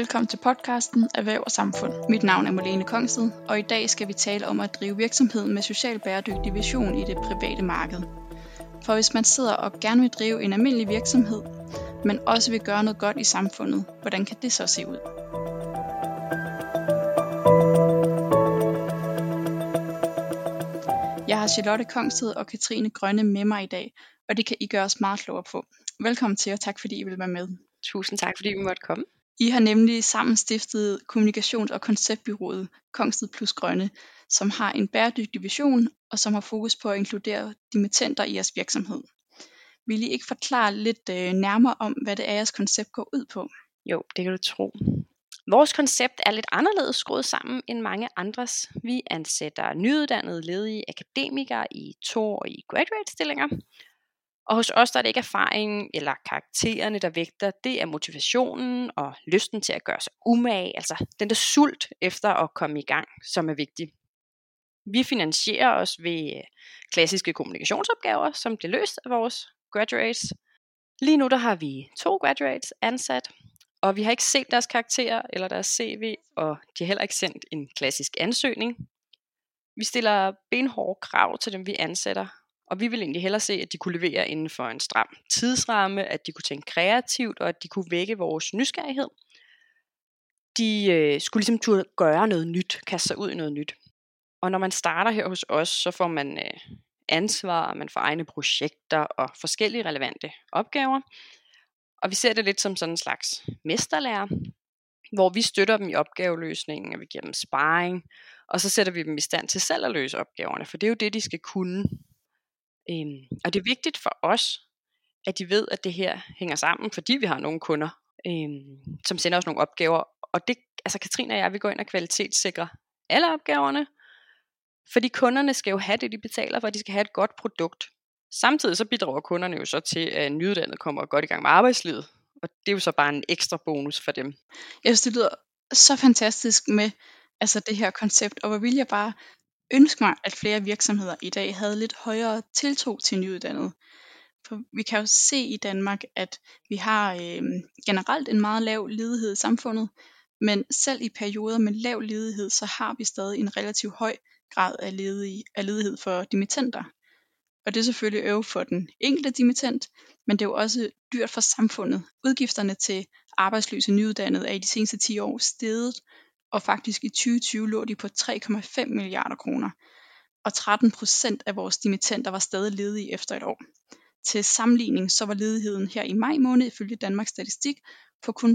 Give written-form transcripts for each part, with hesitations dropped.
Velkommen til podcasten Erhverv og Samfund. Mit navn er Marlene Kongsted, og i dag skal vi tale om at drive virksomhed med social bæredygtig vision i det private marked. For hvis man sidder og gerne vil drive en almindelig virksomhed, men også vil gøre noget godt i samfundet, hvordan kan det så se ud? Jeg har Charlotte Kongsted og Katrine Grønne med mig i dag, og det kan I gøre os meget klogere på. Velkommen til, og tak fordi I vil være med. Tusind tak, fordi vi måtte komme. I har nemlig sammen stiftet kommunikations- og konceptbyrået Kongsted plus Grønne, som har en bæredygtig vision, og som har fokus på at inkludere dimittender i jeres virksomhed. Vil I ikke forklare lidt nærmere om, hvad det er, jeres koncept går ud på? Jo, det kan du tro. Vores koncept er lidt anderledes skruet sammen end mange andres. Vi ansætter nyuddannede ledige akademikere i 2-årige graduate-stillinger. Og hos os der er det ikke erfaringen eller karaktererne, der vægter. Det er motivationen og lysten til at gøre sig umage, altså den der sult efter at komme i gang, som er vigtig. Vi finansierer os ved klassiske kommunikationsopgaver, som bliver løst af vores graduates. Lige nu der har vi 2 graduates ansat, og vi har ikke set deres karakterer eller deres CV, og de har heller ikke sendt en klassisk ansøgning. Vi stiller benhårde krav til dem, vi ansætter, og vi vil egentlig hellere se, at de kunne levere inden for en stram tidsramme, at de kunne tænke kreativt, og at de kunne vække vores nysgerrighed. De skulle ligesom turde gøre noget nyt, kaste sig ud i noget nyt. Og når man starter her hos os, så får man ansvar, man får egne projekter og forskellige relevante opgaver. Og vi ser det lidt som sådan en slags mesterlærer, hvor vi støtter dem i opgaveløsningen, og vi giver dem sparring, og så sætter vi dem i stand til selv at løse opgaverne, for det er jo det, de skal kunne. Og det er vigtigt for os, at de ved, at det her hænger sammen, fordi vi har nogle kunder, som sender os nogle opgaver. Og det, altså Katrine og jeg, vi går ind og kvalitetssikrer alle opgaverne, fordi kunderne skal jo have det, de betaler for, at de skal have et godt produkt. Samtidig så bidrager kunderne jo så til, at nyuddannede kommer godt i gang med arbejdslivet. Og det er jo så bare en ekstra bonus for dem. Jeg synes, det lyder så fantastisk med det her koncept, og hvor vil jeg bare ønske mig, at flere virksomheder i dag havde lidt højere tiltro til nyuddannede. For vi kan jo se i Danmark, at vi har generelt en meget lav ledighed i samfundet, men selv i perioder med lav ledighed, så har vi stadig en relativt høj grad af ledighed for dimittenter. Og det er selvfølgelig øv for den enkelte dimittent, men det er jo også dyrt for samfundet. Udgifterne til arbejdsløse nyuddannede er i de seneste 10 år steget, og faktisk i 2020 lå de på 3,5 milliarder kroner. Og 13% af vores dimittenter var stadig ledige efter et år. Til sammenligning så var ledigheden her i maj måned ifølge Danmarks Statistik på kun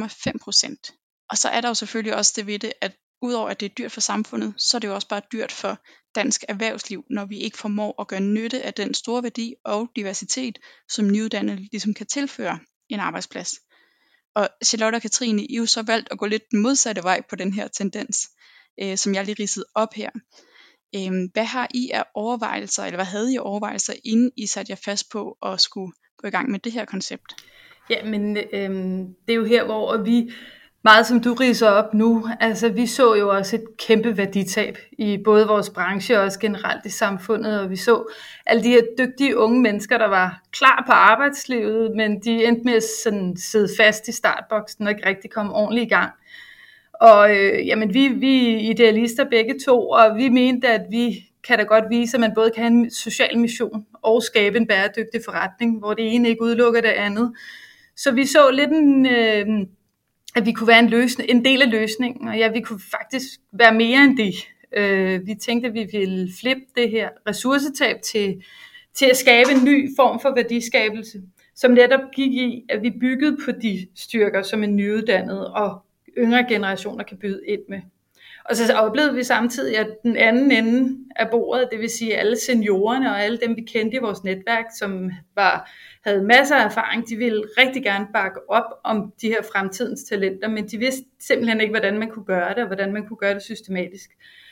2,5%. Og så er der jo selvfølgelig også det ved det, at udover at det er dyrt for samfundet, så er det jo også bare dyrt for dansk erhvervsliv, når vi ikke formår at gøre nytte af den store værdi og diversitet, som nyuddannede ligesom kan tilføre en arbejdsplads. Og Charlotte og Katrine, I er jo så valgt at gå lidt den modsatte vej på den her tendens, som jeg lige ridsede op her. Hvad har I af overvejelser, eller hvad havde I af overvejelser, inden I satte jer fast på at skulle gå i gang med det her koncept? Ja, men det er jo her, hvor vi, meget som du ridser op nu, altså vi så jo også et kæmpe værditab i både vores branche og også generelt i samfundet, og vi så alle de her dygtige unge mennesker, der var klar på arbejdslivet, men de endte med at sådan sidde fast i startboksen og ikke rigtig komme ordentligt i gang. Og jamen vi idealister begge to, og vi mente, at vi kan da godt vise, at man både kan have en social mission og skabe en bæredygtig forretning, hvor det ene ikke udelukker det andet. Så vi så lidt at vi kunne være en del af løsningen, og ja, vi kunne faktisk være mere end det. Vi tænkte, at vi ville flippe det her ressourcetab til at skabe en ny form for værdiskabelse, som netop gik i, at vi byggede på de styrker, som en nyuddannet og yngre generationer kan byde ind med. Og så oplevede vi samtidig, at den anden ende af bordet, det vil sige alle seniorerne og alle dem, vi kendte i vores netværk, som havde masser af erfaring, de ville rigtig gerne bakke op om de her fremtidens talenter, men de vidste simpelthen ikke, hvordan man kunne gøre det, og hvordan man kunne gøre det systematisk.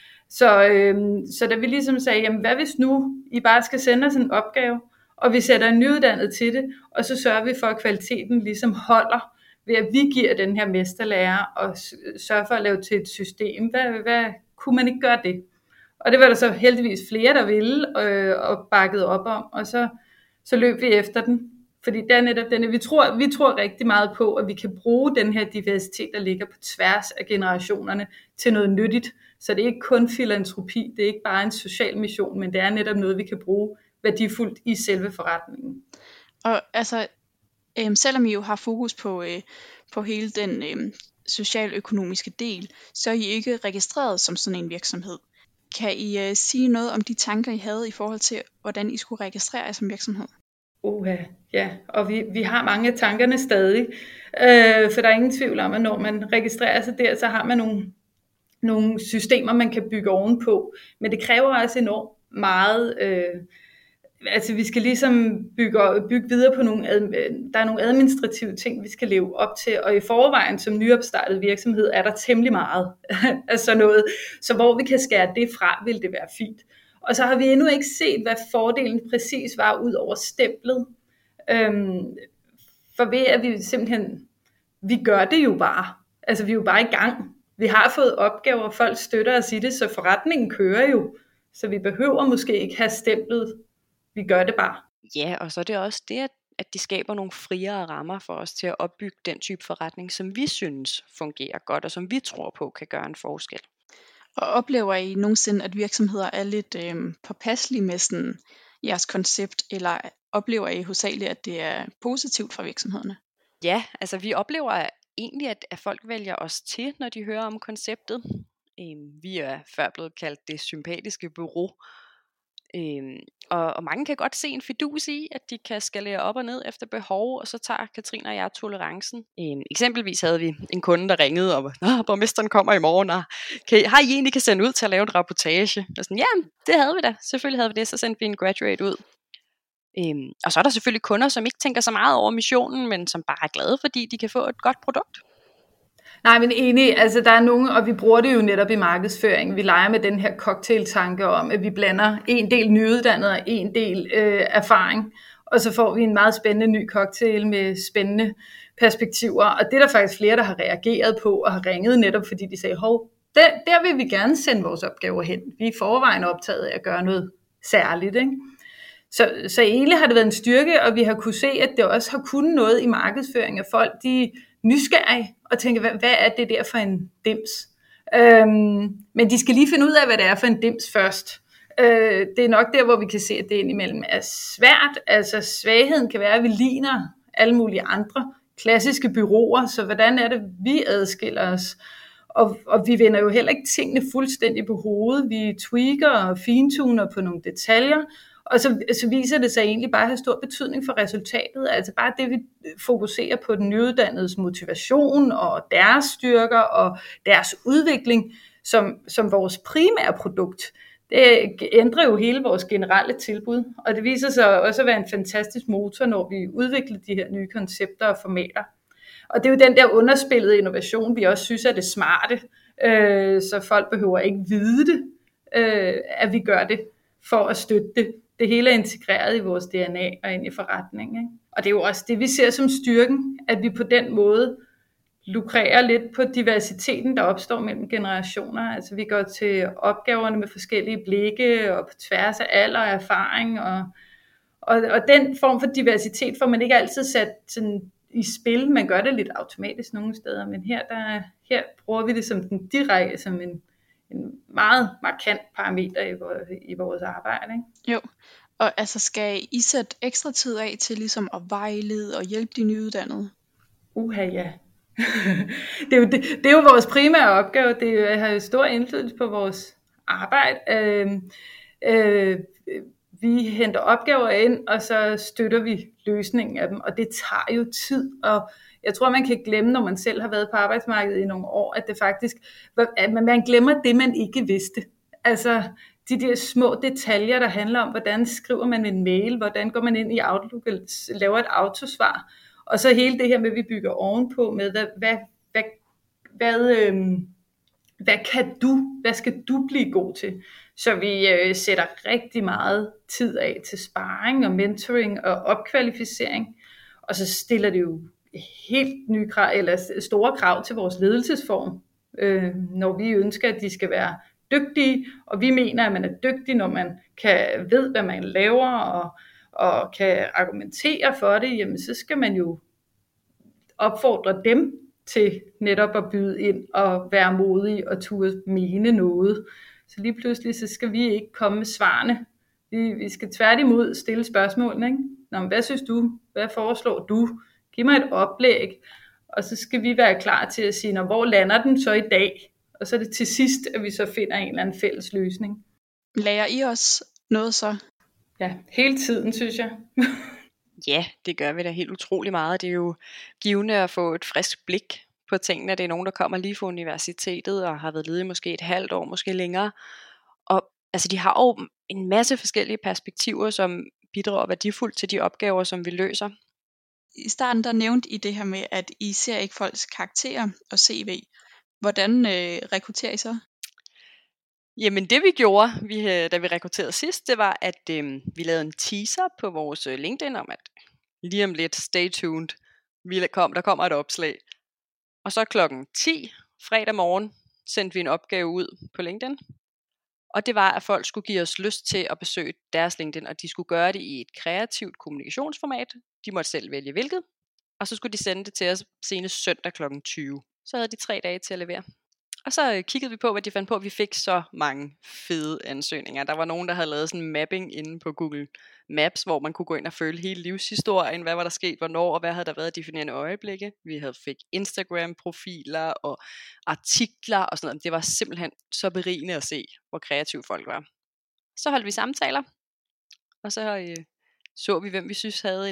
Så da vi ligesom sagde, jamen hvad hvis nu I bare skal sende os en opgave, og vi sætter en nyuddannet til det, og så sørger vi for, at kvaliteten ligesom holder, ved at vi giver den her mesterlærer og sørger for at lave til et system. Hvad kunne man ikke gøre det? Og det var der så heldigvis flere, der ville og bakkede op om, og så løb vi efter den. Fordi det er netop denne, vi tror rigtig meget på, at vi kan bruge den her diversitet, der ligger på tværs af generationerne, til noget nyttigt. Så det er ikke kun filantropi, det er ikke bare en social mission, men det er netop noget, vi kan bruge værdifuldt i selve forretningen. Og altså, selvom I jo har fokus på hele den socialøkonomiske del, så er I ikke registreret som sådan en virksomhed. Kan I sige noget om de tanker, I havde i forhold til, hvordan I skulle registrere jer som virksomhed? Ja, og vi har mange af tankerne stadig, for der er ingen tvivl om, at når man registrerer sig der, så har man nogle systemer, man kan bygge ovenpå, men det kræver også enormt meget. Altså vi skal ligesom bygge videre på der er nogle administrative ting, vi skal leve op til, og i forvejen som nyopstartet virksomhed er der temmelig meget af sådan noget, så hvor vi kan skære det fra, vil det være fint. Og så har vi endnu ikke set, hvad fordelen præcis var ud over stemplet, for ved at vi simpelthen, vi gør det jo bare, altså vi er jo bare i gang, vi har fået opgaver, folk støtter os i det, så forretningen kører jo, så vi behøver måske ikke have stemplet. Vi gør det bare. Ja, og så er det også det, at de skaber nogle friere rammer for os til at opbygge den type forretning, som vi synes fungerer godt, og som vi tror på kan gøre en forskel. Og oplever I nogensinde, at virksomheder er lidt påpasselige med sådan jeres koncept, eller oplever I hovedsageligt, at det er positivt for virksomhederne? Ja, altså vi oplever egentlig, at folk vælger os til, når de hører om konceptet. Vi er før blevet kaldt det sympatiske bureau. Og mange kan godt se en fidus i, at de kan skalere op og ned efter behov, og så tager Katrine og jeg tolerancen. Eksempelvis havde vi en kunde, der ringede og borgmesteren kommer i morgen, og har I egentlig kan sende ud til at lave en rapportage? Og sådan, ja, det havde vi da. Selvfølgelig havde vi det, så sendte vi en graduate ud. Og så er der selvfølgelig kunder, som ikke tænker så meget over missionen, men som bare er glade, fordi de kan få et godt produkt. Nej, men enig, altså der er nogen, og vi bruger det jo netop i markedsføring. Vi leger med den her cocktailtanke om, at vi blander en del nyuddannet og en del erfaring, og så får vi en meget spændende ny cocktail med spændende perspektiver. Og det er der faktisk flere, der har reageret på og har ringet netop, fordi de sagde, der vil vi gerne sende vores opgaver hen. Vi er i forvejen optaget af at gøre noget særligt, ikke? Så egentlig har det været en styrke, og vi har kunne se, at det også har kunnet noget i markedsføring, at folk de nysgerrige og tænker, hvad er det der for en dims? Men de skal lige finde ud af, hvad det er for en dims først. Det er nok der, hvor vi kan se, at det indimellem er svært. Altså svagheden kan være, at vi ligner alle mulige andre klassiske bureauer, så hvordan er det, vi adskiller os? Og vi vender jo heller ikke tingene fuldstændig på hovedet. Vi tweaker og fintuner på nogle detaljer, og så viser det sig egentlig bare at have stor betydning for resultatet. Altså bare det, vi fokuserer på den nyuddannedes motivation og deres styrker og deres udvikling som vores primære produkt. Det ændrer jo hele vores generelle tilbud, og det viser sig også at være en fantastisk motor, når vi udvikler de her nye koncepter og formater. Og det er jo den der underspillede innovation, vi også synes er det smarte, så folk behøver ikke vide det, at vi gør det for at støtte det. Det hele er integreret i vores DNA og ind i forretningen. Ikke? Og det er jo også det, vi ser som styrken, at vi på den måde lukrerer lidt på diversiteten, der opstår mellem generationer. Altså vi går til opgaverne med forskellige blikke og på tværs af alder og erfaring. Og den form for diversitet får man ikke altid sat sådan i spil. Man gør det lidt automatisk nogle steder, men her bruger vi det som den direkte, som en meget markant parameter i vores arbejde. Ikke? Jo, og altså skal I sætte ekstra tid af til ligesom at vejlede og hjælpe de nyuddannede? Ja. det er jo vores primære opgave. Det har jo stor indflydelse på vores arbejde. Vi henter opgaver ind, og så støtter vi løsningen af dem, og det tager jo tid, og jeg tror, man kan glemme, når man selv har været på arbejdsmarkedet i nogle år, at det faktisk, at man glemmer det, man ikke vidste. Altså de der små detaljer, der handler om, hvordan skriver man en mail, hvordan går man ind i Outlook og laver et autosvar, og så hele det her med, at vi bygger ovenpå med, hvad skal du blive god til? Så vi sætter rigtig meget tid af til sparring og mentoring og opkvalificering, og så stiller det jo helt nye krav, eller store krav til vores ledelsesform, når vi ønsker, at de skal være dygtige, og vi mener, at man er dygtig, når man ved, hvad man laver, og kan argumentere for det, jamen så skal man jo opfordre dem til netop at byde ind og være modige og turde mene noget. Så lige pludselig, så skal vi ikke komme med svarene. Vi skal tværtimod stille spørgsmålene. Ikke? Nå, men hvad synes du? Hvad foreslår du? Giv mig et oplæg. Og så skal vi være klar til at sige, hvor lander den så i dag? Og så er det til sidst, at vi så finder en eller anden fælles løsning. Lærer I også noget så? Ja, hele tiden, synes jeg. Ja, det gør vi da helt utrolig meget. Det er jo givende at få et frisk blik på tingene. Det er nogen, der kommer lige fra universitetet og har været ledige måske et halvt år, måske længere. Og altså, de har jo en masse forskellige perspektiver, som bidrager værdifuldt til de opgaver, som vi løser. I starten der nævnte I det her med, at I ser ikke folks karakterer og CV. Hvordan rekrutterer I så? Jamen det vi gjorde, da vi rekrutterede sidst, det var, at vi lavede en teaser på vores LinkedIn om, at lige om lidt, stay tuned, der kommer et opslag. Og så klokken 10 fredag morgen sendte vi en opgave ud på LinkedIn. Og det var, at folk skulle give os lyst til at besøge deres LinkedIn, og de skulle gøre det i et kreativt kommunikationsformat. De måtte selv vælge hvilket. Og så skulle de sende det til os senest søndag klokken 20. Så havde de 3 dage til at levere. Og så kiggede vi på, hvad de fandt på. Vi fik så mange fede ansøgninger. Der var nogen, der havde lavet sådan en mapping inde på Google Maps, hvor man kunne gå ind og følge hele livshistorien. Hvad var der sket, hvornår, og hvad havde der været definerende øjeblikke. Vi fik Instagram-profiler og artikler og sådan noget. Det var simpelthen så berigende at se, hvor kreative folk var. Så holdt vi samtaler, og så vi, hvem vi synes havde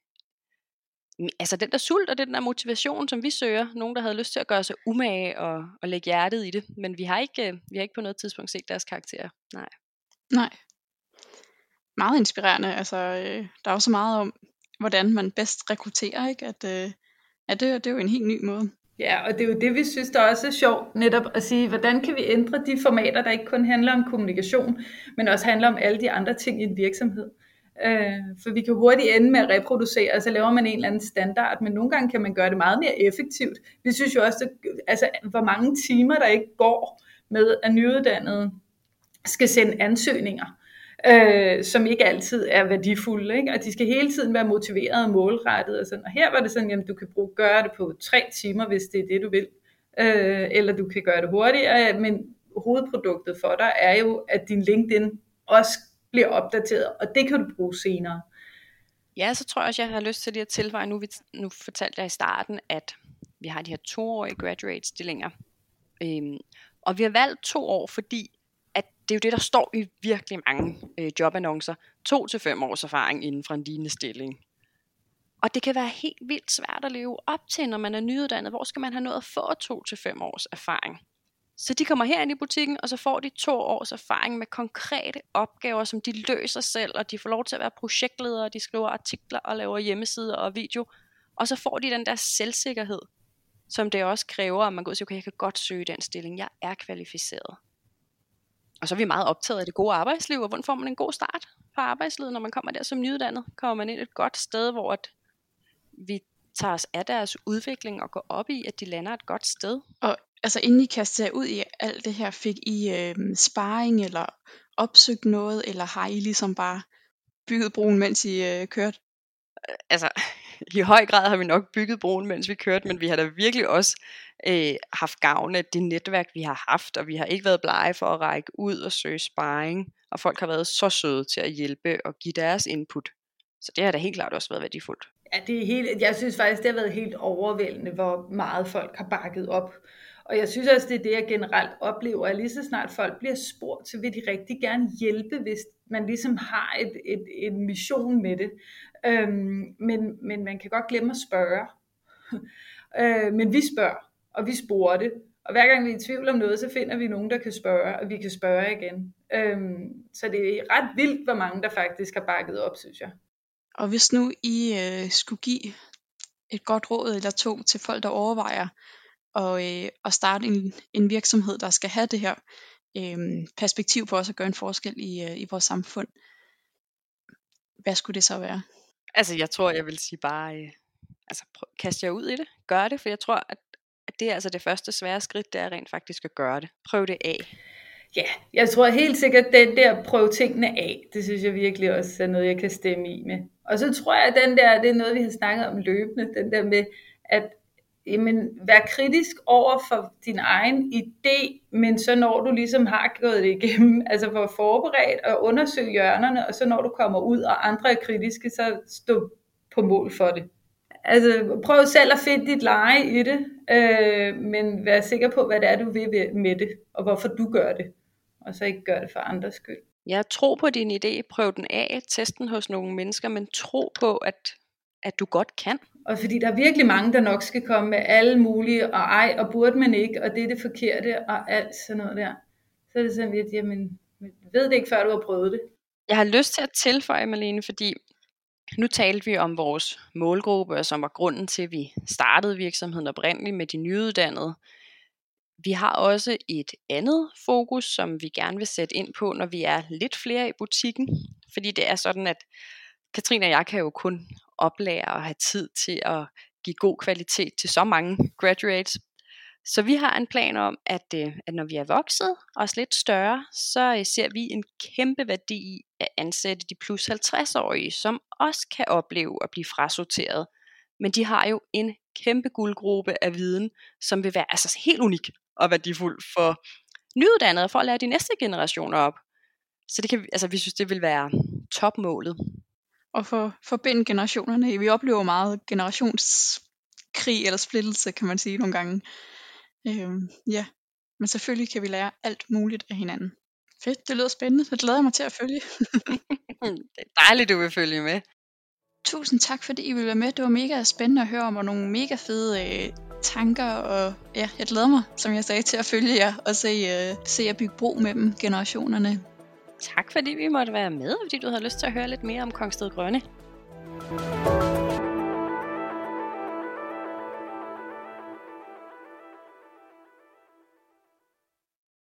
den der sult og den der motivation, som vi søger. Nogen, der havde lyst til at gøre sig umage og lægge hjertet i det. Men vi har ikke på noget tidspunkt set deres karakterer. Nej. Meget inspirerende. Altså, der er jo så meget om, hvordan man bedst rekrutterer, ikke? At det er jo en helt ny måde. Ja, og det er jo det, vi synes, der også er sjovt, netop at sige, hvordan kan vi ændre de formater, der ikke kun handler om kommunikation, men også handler om alle de andre ting i en virksomhed. For vi kan hurtigt ende med at reproducere, og så laver man en eller anden standard, men nogle gange kan man gøre det meget mere effektivt. Vi synes jo også, hvor mange timer der ikke går med, at nyuddannede skal sende ansøgninger, som ikke altid er værdifulde, ikke? Og de skal hele tiden være motiveret og målrettet og sådan. Og her var det sådan, jamen du kan gøre det på 3 timer, hvis det er det du vil, eller du kan gøre det hurtigere, men hovedproduktet for dig er jo, at din LinkedIn også bliver opdateret, og det kan du bruge senere. Ja, så tror jeg også, jeg har lyst til lige at tilføje, nu fortalte jeg i starten, at vi har de her 2-årige graduate-stillinger, og vi har valgt 2 år, fordi at det er jo det, der står i virkelig mange jobannoncer, 2 til 5 års erfaring inden for en lignende stilling. Og det kan være helt vildt svært at leve op til, når man er nyuddannet. Hvor skal man have nået at få 2 til 5 års erfaring? Så de kommer herind i butikken, og så får de 2 års erfaring med konkrete opgaver, som de løser selv, og de får lov til at være projektledere, de skriver artikler og laver hjemmesider og video. Og så får de den der selvsikkerhed, som det også kræver, at man går og siger, okay, jeg kan godt søge den stilling, jeg er kvalificeret. Og så er vi meget optaget af det gode arbejdsliv, og hvordan får man en god start på arbejdslivet, når man kommer der som nyuddannet? Kommer man ind et godt sted, hvor vi tager os af deres udvikling og går op i, at de lander et godt sted. Og altså inden I kastede jer ud i alt det her, fik I sparring eller opsøgt noget, eller har I ligesom bare bygget broen, mens I kørte? Altså, i høj grad har vi nok bygget broen, mens vi kørte, men vi har da virkelig også haft gavn af det netværk, vi har haft, og vi har ikke været blege for at række ud og søge sparring, og folk har været så søde til at hjælpe og give deres input. Så det har da helt klart også været værdifuldt. Ja, jeg synes faktisk, det har været helt overvældende, hvor meget folk har bakket op. Og jeg synes også, det er det, jeg generelt oplever, at lige så snart folk bliver spurgt, så vil de rigtig gerne hjælpe, hvis man ligesom har en mission med det. Men man kan godt glemme at spørge. Men vi spørger, og vi spurgte. Og hver gang vi er i tvivl om noget, så finder vi nogen, der kan spørge, og vi kan spørge igen. Så det er ret vildt, hvor mange der faktisk har bakket op, synes jeg. Og hvis nu I skulle give et godt råd eller 2 til folk, der overvejer at starte en virksomhed, der skal have det her perspektiv på også at gøre en forskel i vores samfund, hvad skulle det så være? Altså jeg tror, jeg vil sige bare, kast jer ud i det, gør det, for jeg tror, at det er altså det første svære skridt, det er rent faktisk at gøre det. Prøv det af. Ja, jeg tror helt sikkert, at den der prøve tingene af, det synes jeg virkelig også er noget, jeg kan stemme i med. Og så tror jeg, at det er noget, vi har snakket om løbende, den der med, at vær kritisk over for din egen idé, men så når du ligesom har gået det igennem, altså for forberedt og undersøge hjørnerne, og så når du kommer ud, og andre er kritiske, så stå på mål for det. Altså prøv selv at finde dit leje i det, men vær sikker på, hvad det er, du vil med det, og hvorfor du gør det, og så ikke gør det for andres skyld. Ja, tro på din idé, prøv den af, test den hos nogle mennesker, men tro på, at du godt kan. Og fordi der er virkelig mange, der nok skal komme med alle mulige, og ej, og burde man ikke, og det er det forkerte, og alt sådan noget der. Så er det sådan lidt, jamen, ved det ikke, før du har prøvet det. Jeg har lyst til at tilføje, Malene, fordi nu talte vi om vores målgruppe, som var grunden til, at vi startede virksomheden oprindeligt med de nyuddannede. Vi har også et andet fokus, som vi gerne vil sætte ind på, når vi er lidt flere i butikken. Fordi det er sådan, at Katrine og jeg kan jo kun oplære og have tid til at give god kvalitet til så mange graduates. Så vi har en plan om, at når vi er vokset og også lidt større, så ser vi en kæmpe værdi i at ansætte de plus 50-årige, som også kan opleve at blive frasorteret. Men de har jo en kæmpe guldgruppe af viden, som vil være altså helt unik og værdifuld for nyuddannede, for at lære de næste generationer op. Så det kan, altså, vi synes, det vil være topmålet. Og for at forbinde generationerne, vi oplever meget generationskrig eller splittelse, kan man sige nogle gange. Ja, men selvfølgelig kan vi lære alt muligt af hinanden. Fedt, det lyder spændende, det glæder jeg mig til at følge. Det er dejligt, du vil følge med. Tusind tak, fordi I ville være med. Det var mega spændende at høre om, og nogle mega fede tanker, og ja, jeg glæder mig, som jeg sagde, til at følge jer, og se jer bygge bro mellem generationerne. Tak fordi vi måtte være med, fordi du havde lyst til at høre lidt mere om Kongsted Grønne.